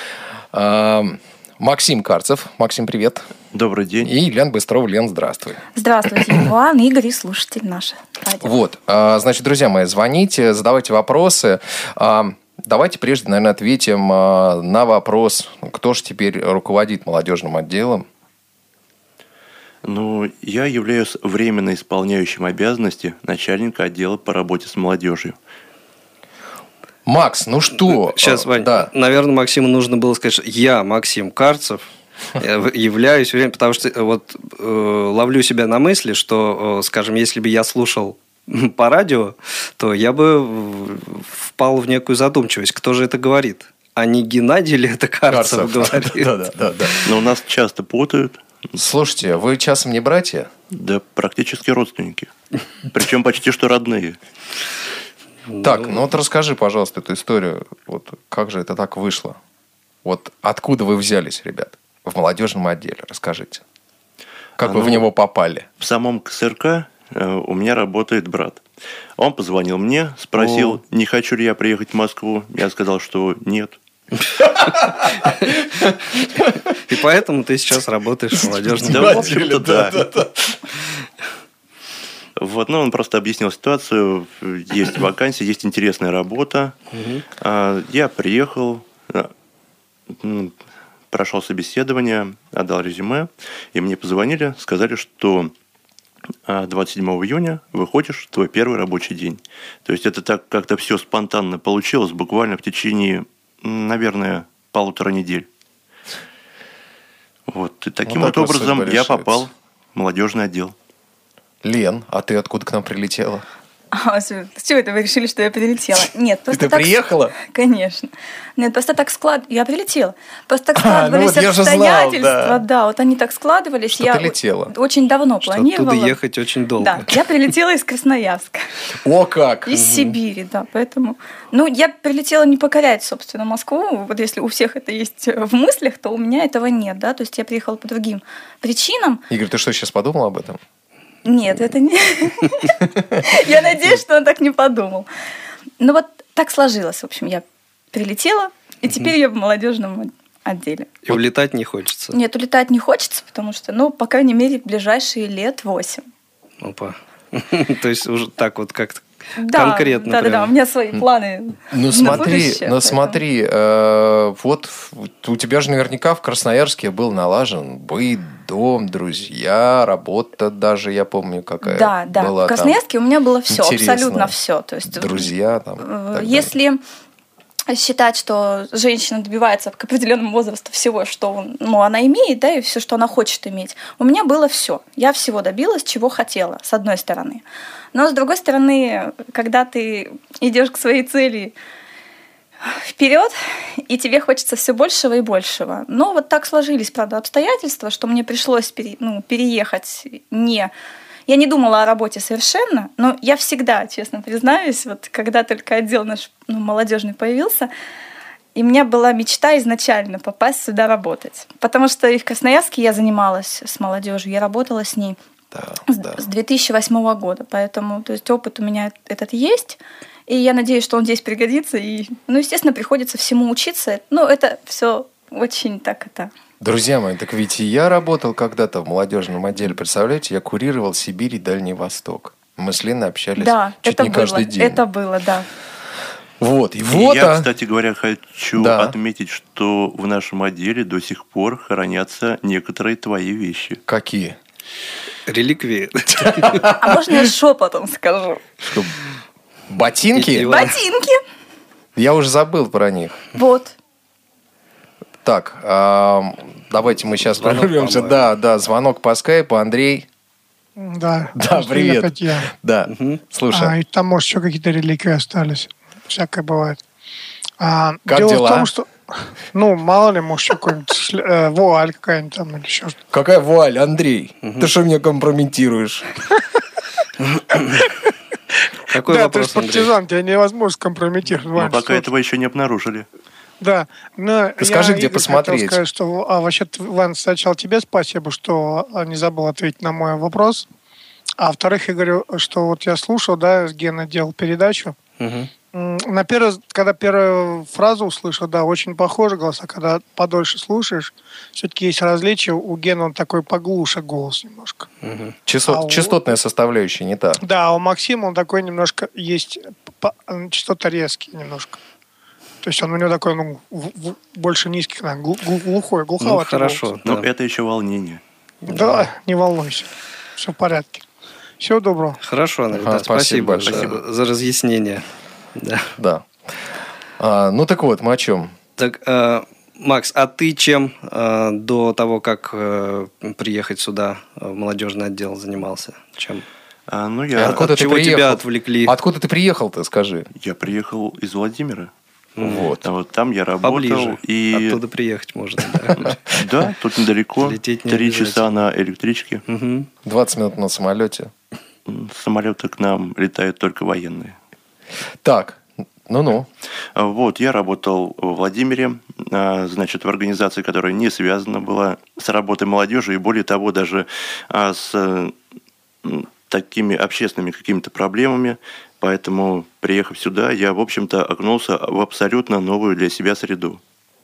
Максим Карцев. Максим, привет. Добрый день. И Лен Быстрова. Лен, здравствуй. Здравствуйте, Иван, Игорь и слушатель наши. Вот, значит, друзья мои, звоните, задавайте вопросы. Давайте прежде, наверное, ответим на вопрос, кто же теперь руководит молодежным отделом. Ну, я являюсь временно исполняющим обязанности начальника отдела по работе с молодежью. Макс, ну что? Сейчас, Вань, да. Наверное, Максиму нужно было сказать, что я, Максим Карцев, являюсь временно, потому что вот ловлю себя на мысли, что, скажем, если бы я слушал по радио, то я бы впал в некую задумчивость. Кто же это говорит? А не Геннадий ли это Карцев говорит? Да. Но у нас часто путают. Слушайте, вы часом не братья? Да, практически родственники. Причем почти что родные. Так, ну вот расскажи, пожалуйста, эту историю. Вот как же это так вышло? Вот откуда вы взялись, ребят, в молодежном отделе? Расскажите. Как вы в него попали? В самом КСРК у меня работает брат. Он позвонил мне, спросил, не хочу ли я приехать в Москву. Я сказал, что нет. И поэтому ты сейчас работаешь в молодежном отделе? Да, в общем-то, да. Вот, ну, он просто объяснил ситуацию. Есть вакансия, есть интересная работа. Я приехал, прошел собеседование, отдал резюме, и мне позвонили, сказали, что 27 июня выходишь в твой первый рабочий день. То есть это так как-то все спонтанно получилось, буквально в течение, наверное, 1,5 недели. Вот. И таким вот образом я попал в молодежный отдел. Лен, а ты откуда к нам прилетела? С чего это вы решили, что я прилетела? Нет, просто Ты приехала? Конечно. Нет, просто так я прилетела. Просто так складывались вот я же знал, обстоятельства. Да, вот они так складывались. Что я ты летела? очень давно Что планировала. оттуда ехать очень долго. Да, я прилетела из Красноярска. О, как! Из Сибири, да, поэтому... Ну, я прилетела не покорять, собственно, Москву. Вот если у всех это есть в мыслях, то у меня этого нет, да. То есть я приехала по другим причинам. Игорь, ты что, сейчас подумал об этом? Нет, это не... Я надеюсь, что он так не подумал. Ну вот так сложилось. В общем, я прилетела, и теперь я в молодежном отделе. И улетать не хочется. Нет, улетать не хочется, потому что, ну, по крайней мере, в ближайшие лет 8. Опа. То есть уже так вот как-то Да, конкретно. да, у меня свои планы. Ну смотри, вот у тебя же наверняка в Красноярске был налажен быт, дом, друзья, работа даже, я помню, какая да, была. В Красноярске у меня было все, интересно. абсолютно все. То есть, друзья там. Если считать, что женщина добивается к определенному возрасту всего, что она имеет, да, и все, что она хочет иметь. У меня было все. Я всего добилась, чего хотела, с одной стороны. Но с другой стороны, когда ты идешь к своей цели вперед, и тебе хочется все большего и большего. Но вот так сложились, правда, обстоятельства, что мне пришлось переехать не... Я не думала о работе совершенно, но я всегда, честно признаюсь, вот когда только отдел наш молодежный появился, и у меня была мечта изначально попасть сюда работать. Потому что и в Красноярске я занималась с молодежью, я работала с ней с 2008 года. Поэтому то есть опыт у меня этот есть, и я надеюсь, что он здесь пригодится. И, естественно, приходится всему учиться. Это все очень так это... Друзья мои, так ведь и я работал когда-то в молодежном отделе. Представляете, я курировал Сибирь и Дальний Восток. Мы с Леной общались чуть не каждый день. Это было, да. Вот, я, кстати говоря, хочу отметить, что в нашем отделе до сих пор хранятся некоторые твои вещи. Какие? Реликвии. А можно я шепотом скажу? Что, ботинки? Ботинки. Я уже забыл про них. Вот. Так, давайте мы сейчас прорвемся. Да, звонок по скайпу. Андрей. Да, привет. Опять я. Да, слушай. И там, может, еще какие-то реликвии остались. Всякое бывает. Как дело дела? в том, что... мало ли, может, еще какой-нибудь вуаль какая-нибудь там или еще что-то. Какая вуаль, Андрей? Ты что меня компрометируешь? Какой вопрос, ты же партизан, тебя невозможно скомпрометировать. Но пока этого еще не обнаружили. Да, но ты скажи, где Игорь, посмотреть. Хотел сказать, что вообще, Ван, сначала тебе спасибо, что не забыл ответить на мой вопрос. А во-вторых, я говорю, что вот я слушал, с Геной делал передачу. Когда первую фразу услышал, очень похожий голос, а когда подольше слушаешь, все-таки есть различия. У Гена он такой поглуше голос немножко. Частотная составляющая не та. Да, а у Максима он такой немножко есть, частота резкий немножко. То есть он у него такой, больше низких, глухой, глуховатый. Хорошо. Но это еще волнение. Да, не волнуйся. Все в порядке. Всего доброго. Хорошо, Андрей. Спасибо за разъяснение. Да. Так вот, мы о чем? Так, Макс, а ты чем до того, как приехать сюда в молодежный отдел, занимался? Чем? Откуда от чего тебя отвлекли? Откуда ты приехал-то, скажи? Я приехал из Владимира. Вот. Там я работал. Поближе. И... Оттуда приехать можно. Да, тут недалеко. 3 часа на электричке. 20 минут на самолете. Самолеты к нам летают только военные. Так, ну-ну. Вот, я работал в Владимире, в организации, которая не связана была с работой молодежи, и более того, даже с такими общественными какими-то проблемами. Поэтому, приехав сюда, я, в общем-то, окунулся в абсолютно новую для себя среду.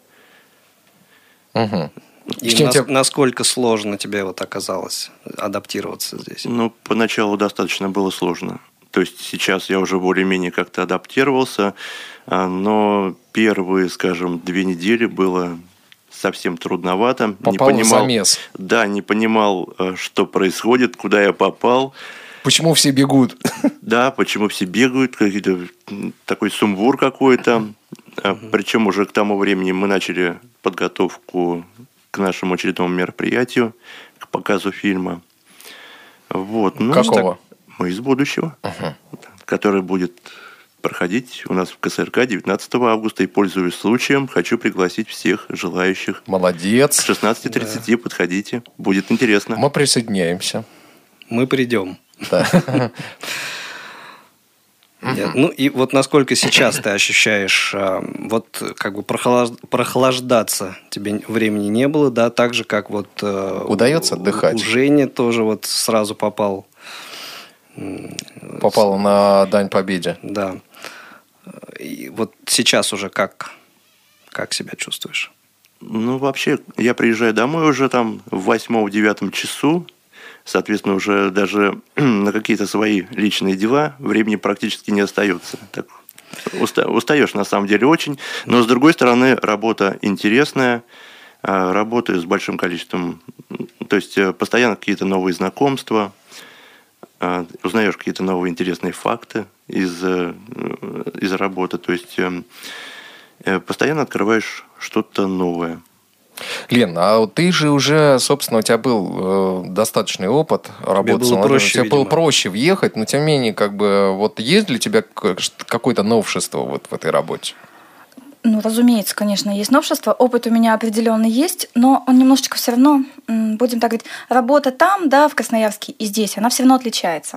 Угу. И насколько сложно тебе оказалось адаптироваться здесь? Поначалу достаточно было сложно. То есть сейчас я уже более-менее как-то адаптировался, но первые, 2 недели было совсем трудновато. Попал в замес. Да, не понимал, что происходит, куда я попал. Почему все бегут? Да, почему все бегают, какой-то такой сумбур какой-то. Причем уже к тому времени мы начали подготовку к нашему очередному мероприятию, к показу фильма. Вот. Какого? Мы из будущего, который будет проходить у нас в КСРК 19 августа. И, пользуясь случаем, хочу пригласить всех желающих. Молодец. К 16:30 подходите. Будет интересно. Мы присоединяемся. Мы придем. Да. Нет, ну и вот насколько сейчас ты ощущаешь, вот как бы прохлаждаться тебе времени не было, да, так же, как вот... Удается отдыхать? У Жени тоже вот сразу попал на Дань Победе. Да. И вот сейчас уже как себя чувствуешь? Ну, вообще, я приезжаю домой уже там в 8-9 часу. Соответственно, уже даже на какие-то свои личные дела времени практически не остается. Так, устаешь на самом деле очень. Но, с другой стороны, работа интересная. Работаю с большим количеством... То есть, постоянно какие-то новые знакомства. Узнаешь какие-то новые интересные факты из работы. То есть, постоянно открываешь что-то новое. Лен, а вот ты же уже, собственно, у тебя был достаточный опыт работы с молодежью. Тебе было проще въехать, но тем не менее, как бы, вот есть для тебя какое-то новшество вот в этой работе? Ну, разумеется, конечно, есть новшество. Опыт у меня определенный есть, но он немножечко все равно, будем так говорить, работа там, да, в Красноярске и здесь, она все равно отличается.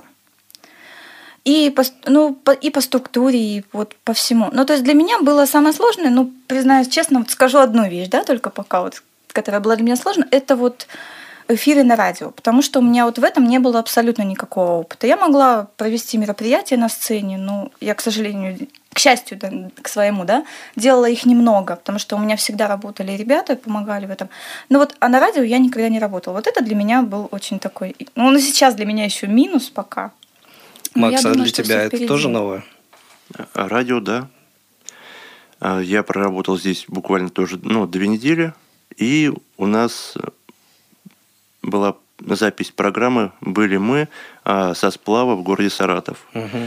И по структуре, и вот по всему. Ну, то есть для меня было самое сложное, ну, признаюсь честно, вот скажу одну вещь, да, только пока вот, которая была для меня сложной, это вот эфиры на радио, потому что у меня вот в этом не было абсолютно никакого опыта. Я могла провести мероприятия на сцене, но я, к сожалению, к счастью, да, к своему, да, делала их немного, потому что у меня всегда работали ребята, помогали в этом. Но вот, а на радио я никогда не работала. Вот это для меня был очень такой... Ну, он и сейчас для меня еще минус пока. Макс, а для тебя это тоже новое? Радио, да. Я проработал здесь буквально тоже 2 недели, и у нас была запись программы «Были мы» со сплава в городе Саратов.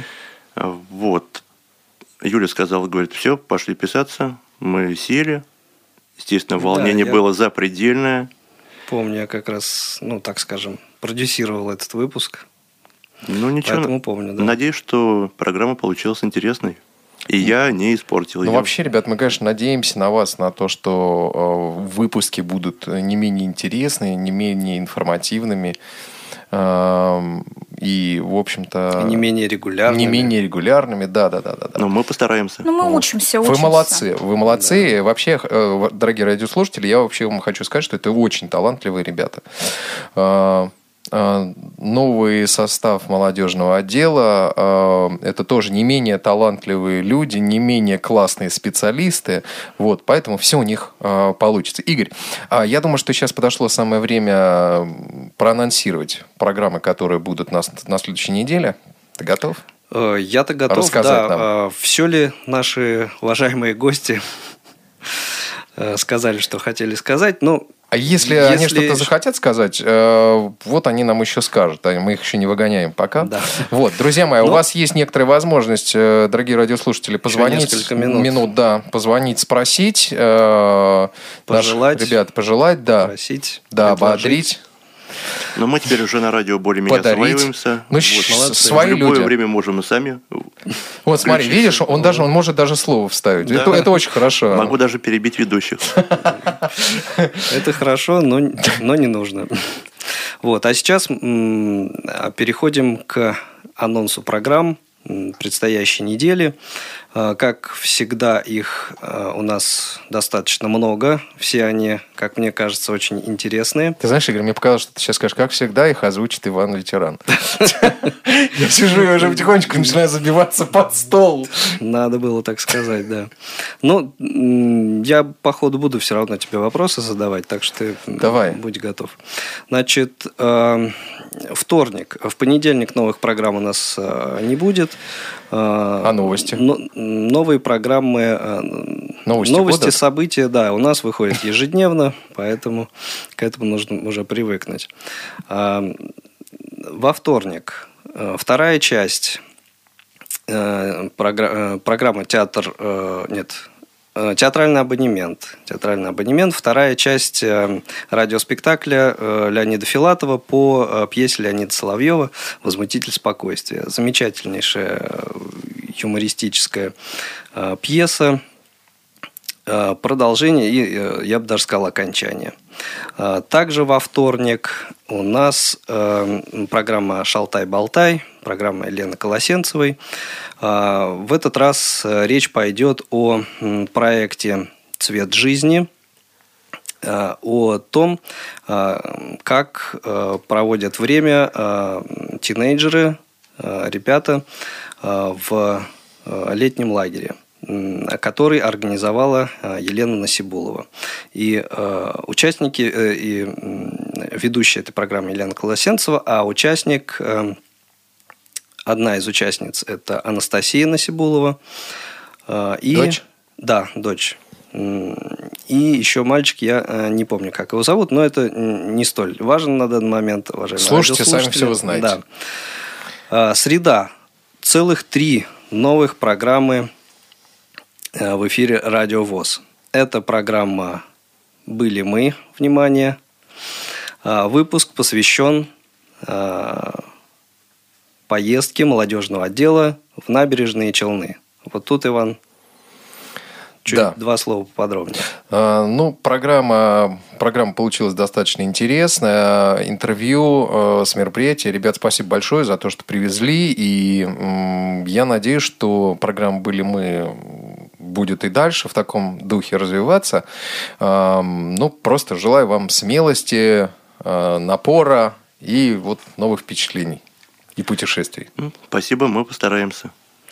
Вот. Юля сказала, говорит, все, пошли писаться. Мы сели. Естественно, волнение было запредельное. Помню, я как раз, так скажем, продюсировал этот выпуск. Ну, ничего. Поэтому помню, да. Надеюсь, что программа получилась интересной. И я не испортил ее. Ну, вообще, ребят, мы, конечно, надеемся на вас, на то, что выпуски будут не менее интересные, не менее информативными. И, в общем-то... Не менее регулярными. Не менее регулярными, да. Но мы постараемся. Ну, мы учимся. Вы молодцы. Да. Вообще, дорогие радиослушатели, я вообще вам хочу сказать, что это очень талантливые ребята. Новый состав молодежного отдела – это тоже не менее талантливые люди, не менее классные специалисты. Вот, поэтому все у них получится. Игорь, я думаю, что сейчас подошло самое время проанонсировать программы, которые будут на следующей неделе. Ты готов? Я-то готов, рассказать да. нам. Все ли наши уважаемые гости сказали, что хотели сказать? А если они что-то захотят сказать, вот они нам еще скажут. Мы их еще не выгоняем пока. Да. Вот, друзья мои, у вас есть некоторая возможность, дорогие радиослушатели, позвонить. Несколько минут. Позвонить, спросить. Пожелать. Ребят, пожелать, да. Просить. Да, ободрить. Но мы теперь уже на радио более-менее осваиваемся. Мы свои люди. В любое время можем и сами. Вот смотри, видишь, он может даже слово вставить. Да. Это очень хорошо. Могу даже перебить ведущих. Это хорошо, но не нужно. Вот, а сейчас переходим к анонсу программ предстоящей недели. Как всегда, их у нас достаточно много. Все они, как мне кажется, очень интересные. Ты знаешь, Игорь, мне показалось, что ты сейчас скажешь, как всегда, их озвучит Иван Ветеран. Я сижу и уже потихонечку начинаю забиваться под стол. Надо было так сказать, да. Я, походу, буду все равно тебе вопросы задавать, так что ты будь готов. Значит, вторник. В понедельник новых программ у нас не будет. А новости? Новые программы, новости, события, да, у нас выходят ежедневно, поэтому к этому нужно уже привыкнуть. Во вторник вторая часть программы «Театр...» Театральный абонемент. Вторая часть радиоспектакля Леонида Филатова по пьесе Леонида Соловьева «Возмутитель спокойствия». Замечательнейшая юмористическая пьеса. Продолжение и, я бы даже сказал, окончание. Также во вторник у нас программа «Шалтай-болтай», программа Елены Колосенцевой. В этот раз речь пойдет о проекте «Цвет жизни», о том, как проводят время тинейджеры, ребята в летнем лагере, который организовала Елена Насибулова. И участники, и ведущая этой программы Елена Колосенцева, а одна из участниц – это Анастасия Насибулова. И, дочь? Да, дочь. И еще мальчик, я не помню, как его зовут, но это не столь важно на данный момент, уважаемые слушайте, сами все узнаете. Да. Среда. Целых 3 новых программы в эфире Радио ВОС. Это программа «Были мы», внимание. Выпуск посвящен поездке молодежного отдела в Набережные Челны. Вот тут, Иван, чуть 2 слова поподробнее. Программа получилась достаточно интересная. Интервью с мероприятия. Ребят, спасибо большое за то, что привезли. И я надеюсь, что программа «Были мы» будет и дальше в таком духе развиваться. Просто желаю вам смелости, напора и новых впечатлений и путешествий. Спасибо, мы постараемся.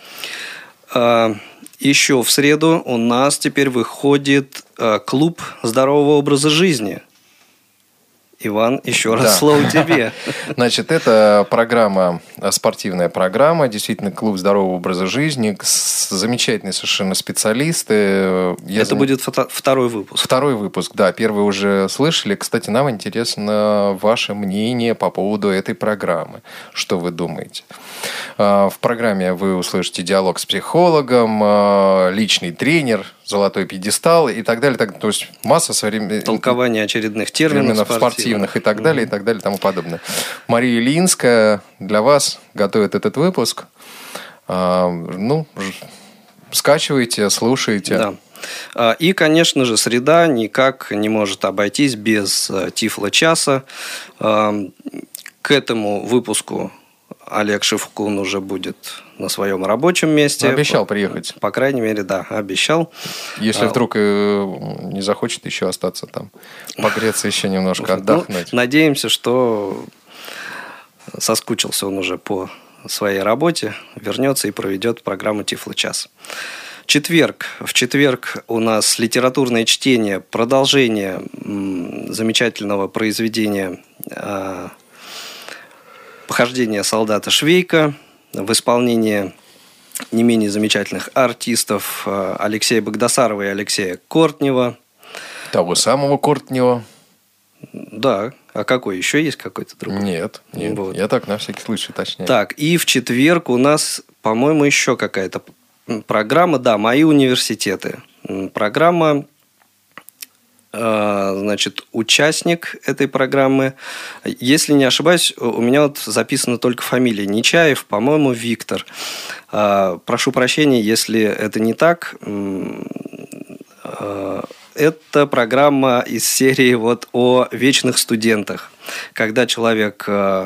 Еще в среду у нас теперь выходит клуб здорового образа жизни. Иван, еще раз слово тебе. Значит, это программа, спортивная программа, действительно, клуб здорового образа жизни, замечательные совершенно специалисты. Это будет второй выпуск. Второй выпуск, да. Первый уже слышали. Кстати, нам интересно ваше мнение по поводу этой программы. Что вы думаете? В программе вы услышите диалог с психологом, личный тренер, золотой пьедестал и так далее. То есть масса современных... Толкование очередных терминов спортивных и так далее, и так далее, и тому подобное. Мария Ильинская для вас готовит этот выпуск. Скачивайте, слушайте. Да. И, конечно же, среда никак не может обойтись без Тифло-часа. К этому выпуску Олег Шевкун уже будет на своем рабочем месте. Обещал приехать. По крайней мере, да, обещал. Если вдруг не захочет еще остаться там, погреться еще немножко, отдохнуть. Надеемся, что соскучился он уже по своей работе, вернется и проведет программу «Тифло-час». Четверг. В четверг у нас литературное чтение, продолжение замечательного произведения «Похождение солдата Швейка» в исполнении не менее замечательных артистов Алексея Багдасарова и Алексея Кортнева. Того самого Кортнева. Да. А какой? Еще есть какой-то другой? Нет. Вот. Я так на всякий случай уточняю. Так, и в четверг у нас, по-моему, еще какая-то программа. Да, «Мои университеты». Программа... Значит, участник этой программы, если не ошибаюсь, у меня записана только фамилия Нечаев, по-моему, Виктор. Прошу прощения, если это не так. Это программа из серии о вечных студентах, когда человек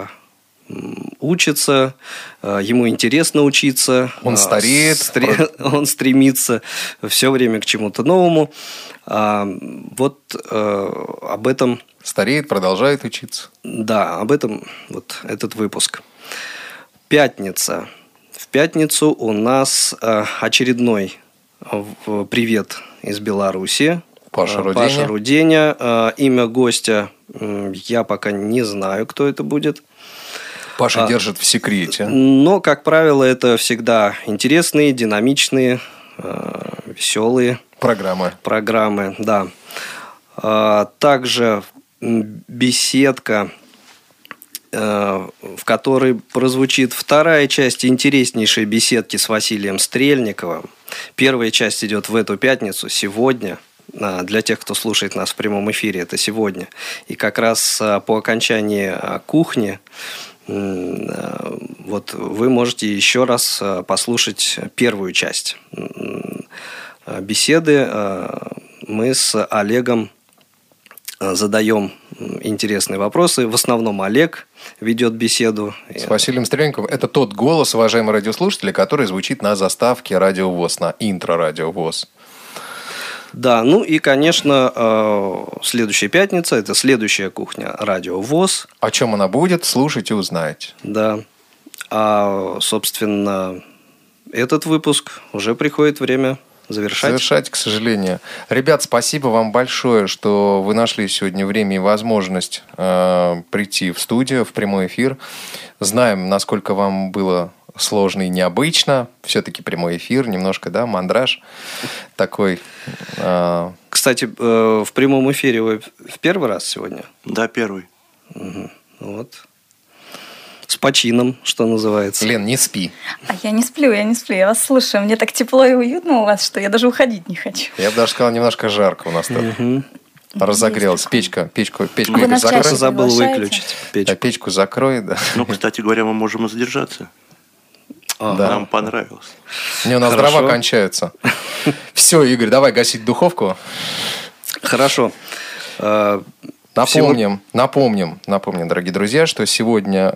учится, ему интересно учиться, он стареет, он стремится все время к чему-то новому. Об этом... Стареет, продолжает учиться. Да, об этом этот выпуск. Пятница. В пятницу у нас очередной привет из Беларуси. Паша Руденя. Имя гостя я пока не знаю, кто это будет. Паша держит в секрете. Но, как правило, это всегда интересные, динамичные, веселые программы, да. Также беседка в которой прозвучит вторая часть интереснейшей беседки с Василием Стрельниковым. Первая часть идет в эту пятницу, сегодня. Для тех, кто слушает нас в прямом эфире, это сегодня. И как раз по окончании кухни вот вы можете еще раз послушать первую часть беседы. Мы с Олегом задаем интересные вопросы. В основном Олег ведет беседу. С Василием Стрельниковым. Это тот голос, уважаемые радиослушатели, который звучит на заставке Радио ВОС, на интро Радио ВОС. Да, ну и, конечно, следующая пятница – это следующая кухня Радио ВОС. О чем она будет, слушайте, узнаете. Да. А, собственно, этот выпуск уже приходит время завершать, к сожалению. Ребят, спасибо вам большое, что вы нашли сегодня время и возможность прийти в студию, в прямой эфир. Знаем, насколько вам было сложно и необычно. Все-таки прямой эфир, немножко, да, мандраж такой. Кстати, в прямом эфире вы в первый раз сегодня? Да, первый. Угу. Вот. С почином, что называется. Лен, не спи. А я не сплю. Я вас слушаю. Мне так тепло и уютно у вас, что я даже уходить не хочу. Я бы даже сказал, немножко жарко у нас тут. Разогрелась. Печку Вы нас закрой. чаще Забыл приглашаете? выключить печку. Да, печку закрой, да. Ну, кстати говоря, мы можем и задержаться. Да. Нам понравилось. Не, у нас Хорошо. дрова кончаются. Все, Игорь, давай гасить духовку. Хорошо. Напомним, дорогие друзья, что сегодня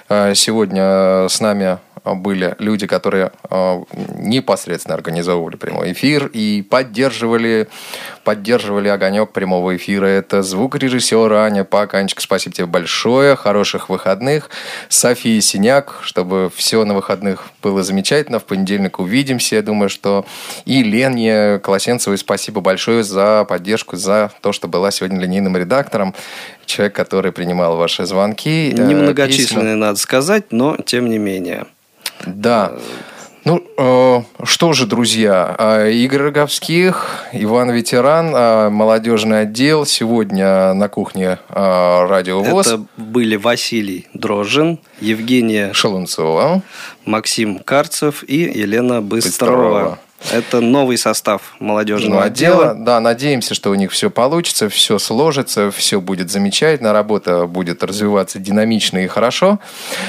с нами были люди, которые непосредственно организовывали прямой эфир и поддерживали огонек прямого эфира. Это звукорежиссер Аня Паканчик. Спасибо тебе большое. Хороших выходных. София Синяк, чтобы все на выходных было замечательно. В понедельник увидимся. Я думаю, что и Лене Колосенцевой спасибо большое за поддержку, за то, что была сегодня линейным редактором. Человек, который принимал ваши звонки. Немногочисленные, надо сказать, но тем не менее. Да. Ну, что же, друзья, Игорь Роговских, Иван Ветеран, молодежный отдел. Сегодня на кухне Радио ВОС. Это были Василий Дрожжин, Евгения Шалунцова, Максим Карцев и Елена Быстрова. Это новый состав молодежного отдела. Да, надеемся, что у них все получится, все сложится, все будет замечательно, работа будет развиваться динамично и хорошо.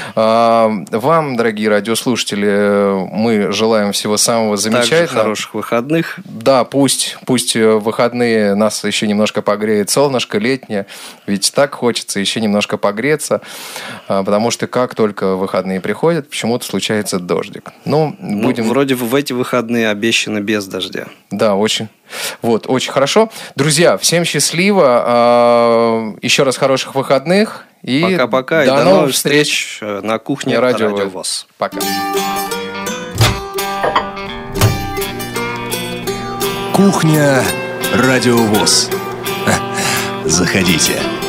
Вам, дорогие радиослушатели, мы желаем всего самого замечательного. Также хороших выходных. Да, пусть выходные нас еще немножко погреет солнышко летнее, ведь так хочется еще немножко погреться, потому что как только выходные приходят, почему-то случается дождик. Вроде в эти выходные обещано без дождя. Да, очень хорошо. Друзья, всем счастливо. Еще раз хороших выходных. И пока-пока. И до новых встреч на кухне Радио ВОС. Пока. Кухня Радио ВОС. Заходите.